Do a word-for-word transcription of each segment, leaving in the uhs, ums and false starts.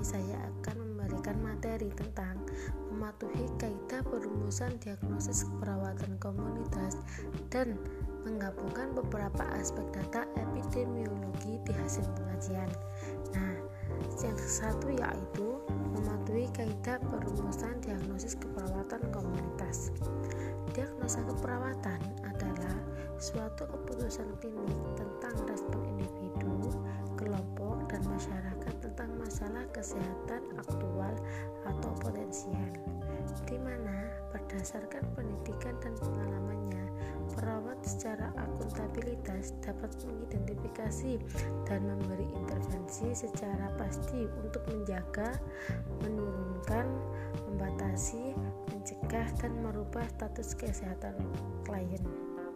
ini saya akan memberikan materi tentang mematuhi kaidah perumusan diagnosis keperawatan komunitas dan menggabungkan beberapa aspek data epidemiologi di hasil pengajian. Nah, yang satu yaitu mematuhi kaidah perumusan diagnosis keperawatan komunitas. Diagnosa keperawatan adalah suatu keputusan klinik tentang respon individu, kelompok, dan masyarakat tentang masalah kesehatan aktual atau potensial, di mana berdasarkan pendidikan dan pengalamannya, perawat secara akuntabilitas dapat mengidentifikasi dan memberi intervensi secara pasti untuk menjaga, menurunkan, membatasi, mencegah, dan merubah status kesehatan klien.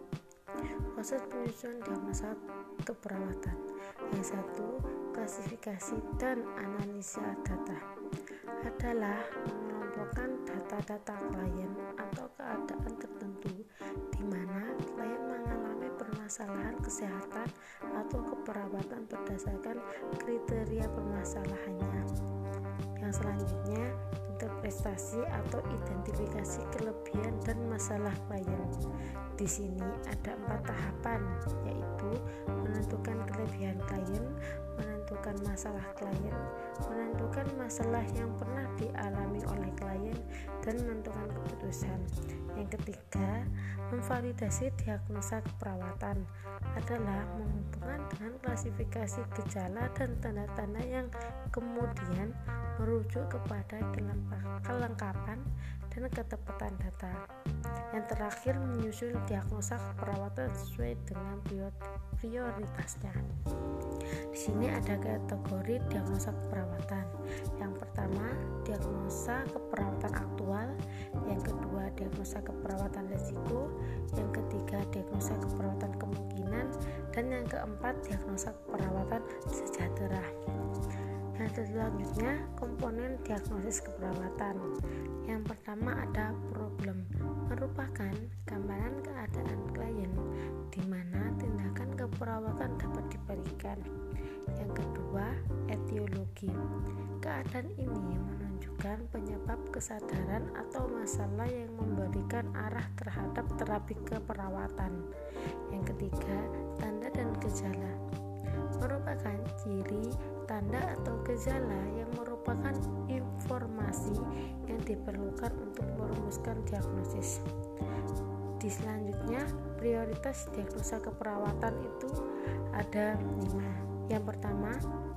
Proses penyusunan diagnosa keperawatan. Yang satu, klasifikasi dan analisa data adalah mengelompokkan data-data klien atau keadaan tertentu di mana klien mengalami permasalahan kesehatan atau keperawatan berdasarkan kriteria permasalahannya. Yang selanjutnya, interpretasi atau identifikasi kelebihan dan masalah klien. Di sini ada empat tahapan, yaitu menentukan kelebihan klien, menentukan masalah klien, menentukan masalah yang pernah dialami oleh klien, dan menentukan keputusan. Yang ketiga, memvalidasi diagnosa keperawatan adalah menghubungkan dengan klasifikasi gejala dan tanda-tanda yang kemudian merujuk kepada kelengkapan dan ketepatan data. Yang terakhir, menyusun diagnosa keperawatan sesuai dengan prioritasnya. Di sini ada kategori diagnosa keperawatan. Yang pertama, diagnosa keperawatan aktual. Yang kedua, diagnosa keperawatan risiko. Yang ketiga, diagnosa keperawatan kemungkinan. Dan yang keempat, diagnosa keperawatan sejahtera. Yang selanjutnya, komponen diagnosis keperawatan. Yang pertama ada problem, merupakan gambaran keadaan klien di mana tindakan keperawatan dapat diberikan. Yang kedua, etiologi. Keadaan ini menunjukkan penyebab kesadaran atau masalah yang memberikan arah terhadap terapi keperawatan. Yang ketiga, tanda dan gejala. Merupakan ciri, tanda atau gejala yang merupakan informasi yang diperlukan untuk merumuskan diagnosis. Di selanjutnya, prioritas diagnosa keperawatan itu ada lima. Yang pertama,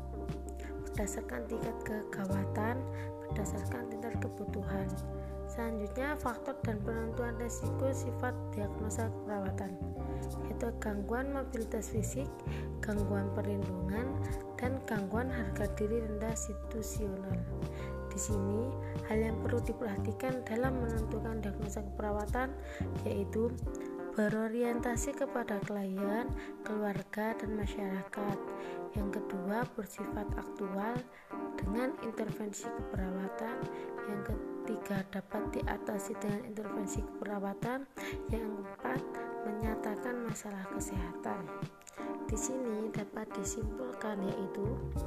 berdasarkan tingkat kegawatan, berdasarkan tingkat kebutuhan. Selanjutnya, faktor dan penentuan risiko sifat diagnosa keperawatan, yaitu gangguan mobilitas fisik, gangguan perlindungan, dan gangguan harga diri rendah situasional. Di sini, hal yang perlu diperhatikan dalam menentukan diagnosa keperawatan yaitu berorientasi kepada klien, keluarga, dan masyarakat. Yang kedua, bersifat aktual dengan intervensi keperawatan. Yang ketiga, dapat diatasi dengan intervensi keperawatan. Yang keempat, menyatakan masalah kesehatan. Di sini dapat disimpulkan yaitu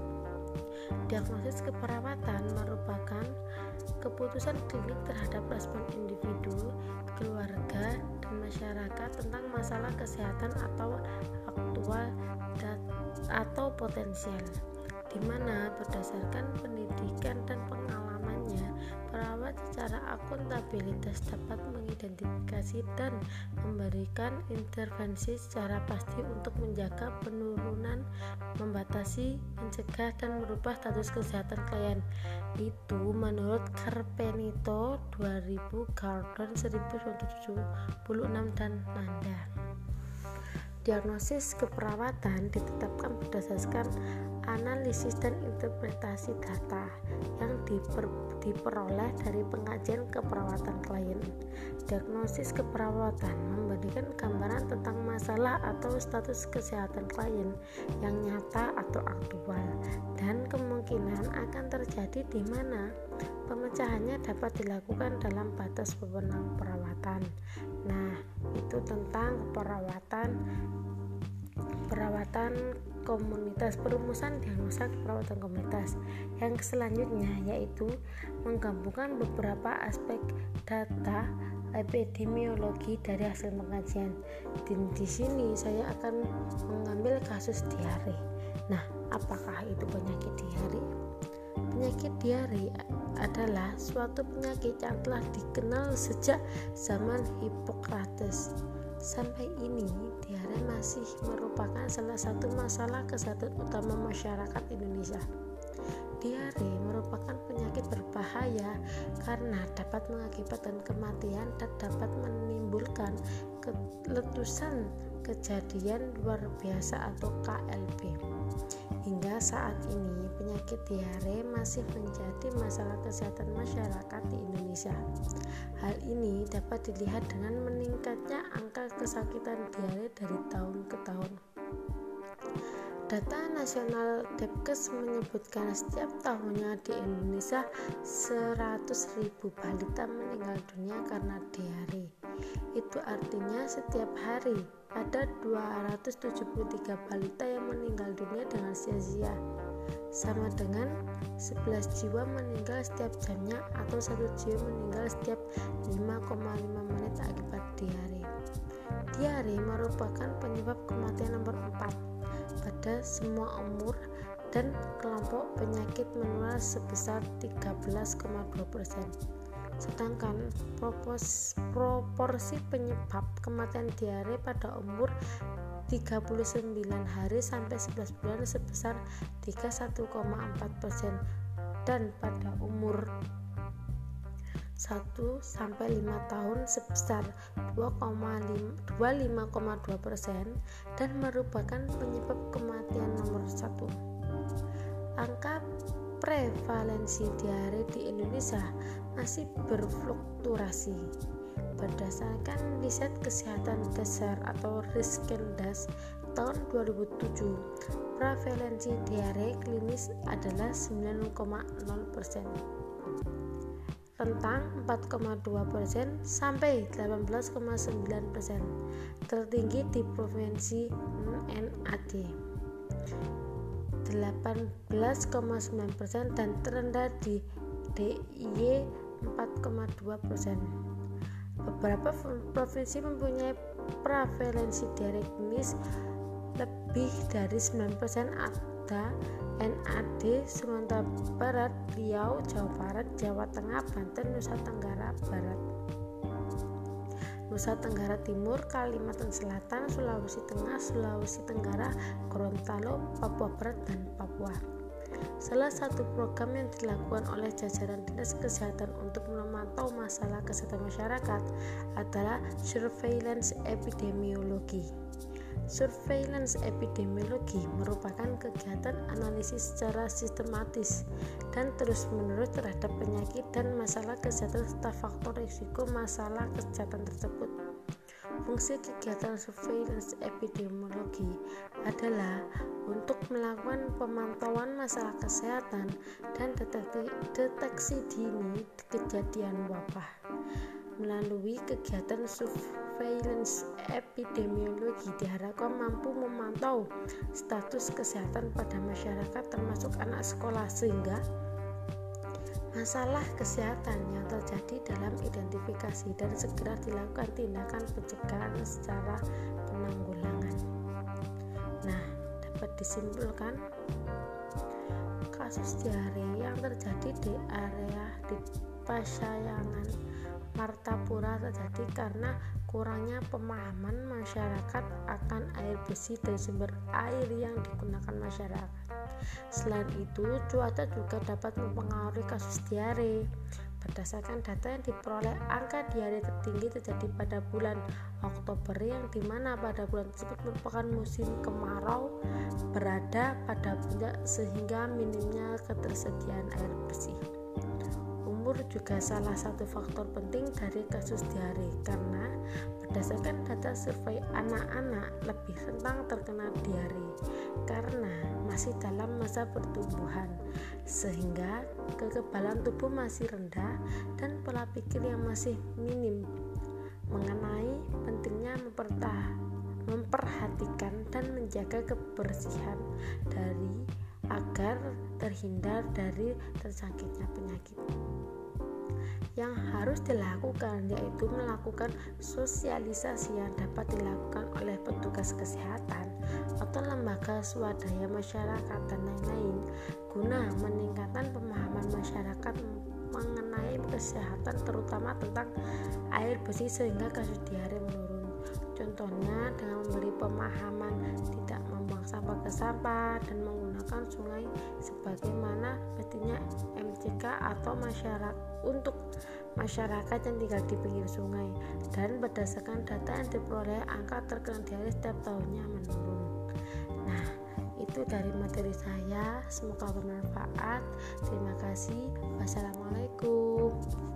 diagnosis keperawatan merupakan keputusan klinik terhadap respon individu, keluarga, dan masyarakat tentang masalah kesehatan atau aktual dan atau potensial, di mana berdasarkan pendidikan dan pengalamannya, perawat secara akuntabilitas dapat mengidentifikasi dan memberikan intervensi secara pasti untuk menjaga penurunan, membatasi, mencegah, dan merubah status kesehatan klien. Itu menurut Carpenito dua ribu, Gordon seribu sembilan ratus tujuh puluh enam, dan Nanda. Diagnosis keperawatan ditetapkan berdasarkan analisis dan interpretasi data yang diper, diperoleh dari pengajian keperawatan klien. Diagnosis keperawatan memberikan gambaran tentang masalah atau status kesehatan klien yang nyata atau aktual dan kemungkinan akan terjadi di mana pemecahannya dapat dilakukan dalam batas wewenang perawatan. Nah, itu tentang perawatan perawatan komunitas, perumusan diagnosa keperawatan komunitas. Yang selanjutnya yaitu menggabungkan beberapa aspek data epidemiologi dari hasil pengajian. Di, di sini saya akan mengambil kasus diare. Nah, apakah itu penyakit diare? Penyakit diare adalah suatu penyakit yang telah dikenal sejak zaman Hippocrates. Sampai ini, diare masih merupakan salah satu masalah kesehatan utama masyarakat Indonesia. Diare merupakan penyakit berbahaya karena dapat mengakibatkan kematian dan dapat menimbulkan letusan kejadian luar biasa atau K L B. Hingga saat ini, penyakit diare masih menjadi masalah kesehatan masyarakat di Indonesia. Hal ini dapat dilihat dengan meningkatnya angka kesakitan diare dari tahun ke tahun. Data nasional Depkes menyebutkan setiap tahunnya di Indonesia seratus ribu balita meninggal dunia karena diare. Itu artinya setiap hari ada dua ratus tujuh puluh tiga balita yang meninggal dunia dengan sia-sia, sama dengan sebelas jiwa meninggal setiap jamnya atau satu jiwa meninggal setiap lima koma lima menit akibat diare. Diare merupakan penyebab kematian nomor empat pada semua umur dan kelompok penyakit menular sebesar tiga belas koma dua persen. Sedangkan propos, proporsi penyebab kematian diare pada umur tiga puluh sembilan hari sampai sebelas bulan sebesar tiga puluh satu koma empat persen dan pada umur satu sampai lima tahun sebesar dua puluh lima koma dua persen dan merupakan penyebab kematian nomor satu. Angka prevalensi diare di Indonesia masih berfluktuasi. Berdasarkan riset kesehatan dasar atau Riskendas tahun dua ribu tujuh, prevalensi diare klinis adalah sembilan koma nol persen, rentang empat koma dua persen sampai delapan belas koma sembilan persen, tertinggi di provinsi N A D delapan belas koma sembilan persen dan terendah di D I Y empat koma dua persen. Beberapa provinsi mempunyai prevalensi diare klinis lebih dari sembilan persen. Ada N A D, Sumatera Barat, Riau, Jawa Barat, Jawa Tengah, Banten, Nusa Tenggara Barat, Nusa Tenggara Timur, Kalimantan Selatan, Sulawesi Tengah, Sulawesi Tenggara, Gorontalo, Papua Barat, dan Papua. Salah satu program yang dilakukan oleh jajaran Dinas Kesehatan untuk memantau masalah kesehatan masyarakat adalah surveillance epidemiologi. Surveillance epidemiologi merupakan kegiatan analisis secara sistematis dan terus-menerus terhadap penyakit dan masalah kesehatan serta faktor risiko masalah kesehatan tersebut. Fungsi kegiatan surveillance epidemiologi adalah untuk melakukan pemantauan masalah kesehatan dan deteksi, deteksi dini kejadian wabah. Melalui kegiatan surveillance epidemiologi diharapkan mampu memantau status kesehatan pada masyarakat termasuk anak sekolah sehingga masalah kesehatan yang terjadi dalam identifikasi dan segera dilakukan tindakan pencegahan secara penanggulangan. Nah, dapat disimpulkan kasus diare yang terjadi di area di Pasyayangan Martapura terjadi karena kurangnya pemahaman masyarakat akan air bersih dari sumber air yang digunakan masyarakat. Selain itu, cuaca juga dapat mempengaruhi kasus diare. Berdasarkan data yang diperoleh, angka diare tertinggi terjadi pada bulan Oktober yang dimana pada bulan tersebut merupakan musim kemarau berada pada puncak sehingga minimnya ketersediaan air bersih. Umur juga salah satu faktor penting dari kasus diare karena berdasarkan data survei anak-anak lebih rentan terkena diare karena masih dalam masa pertumbuhan sehingga kekebalan tubuh masih rendah dan pola pikir yang masih minim mengenai pentingnya mempertahankan memperhatikan dan menjaga kebersihan dari agar terhindar dari tersakitnya penyakit. Yang harus dilakukan yaitu melakukan sosialisasi yang dapat dilakukan oleh petugas kesehatan atau lembaga swadaya masyarakat dan lain-lain guna meningkatkan pemahaman masyarakat mengenai kesehatan, terutama tentang air bersih sehingga kasus diare menurun. Contohnya dengan memberi pemahaman tidak membuang sampah ke sampah dan menggunakan sungai sebagaimana mestinya M C K atau masyarakat untuk masyarakat yang tinggal di pinggir sungai, dan berdasarkan data yang diperoleh angka terkena diare setiap tahunnya menurun. Nah, itu dari materi saya, semoga bermanfaat. Terima kasih. Wassalamualaikum.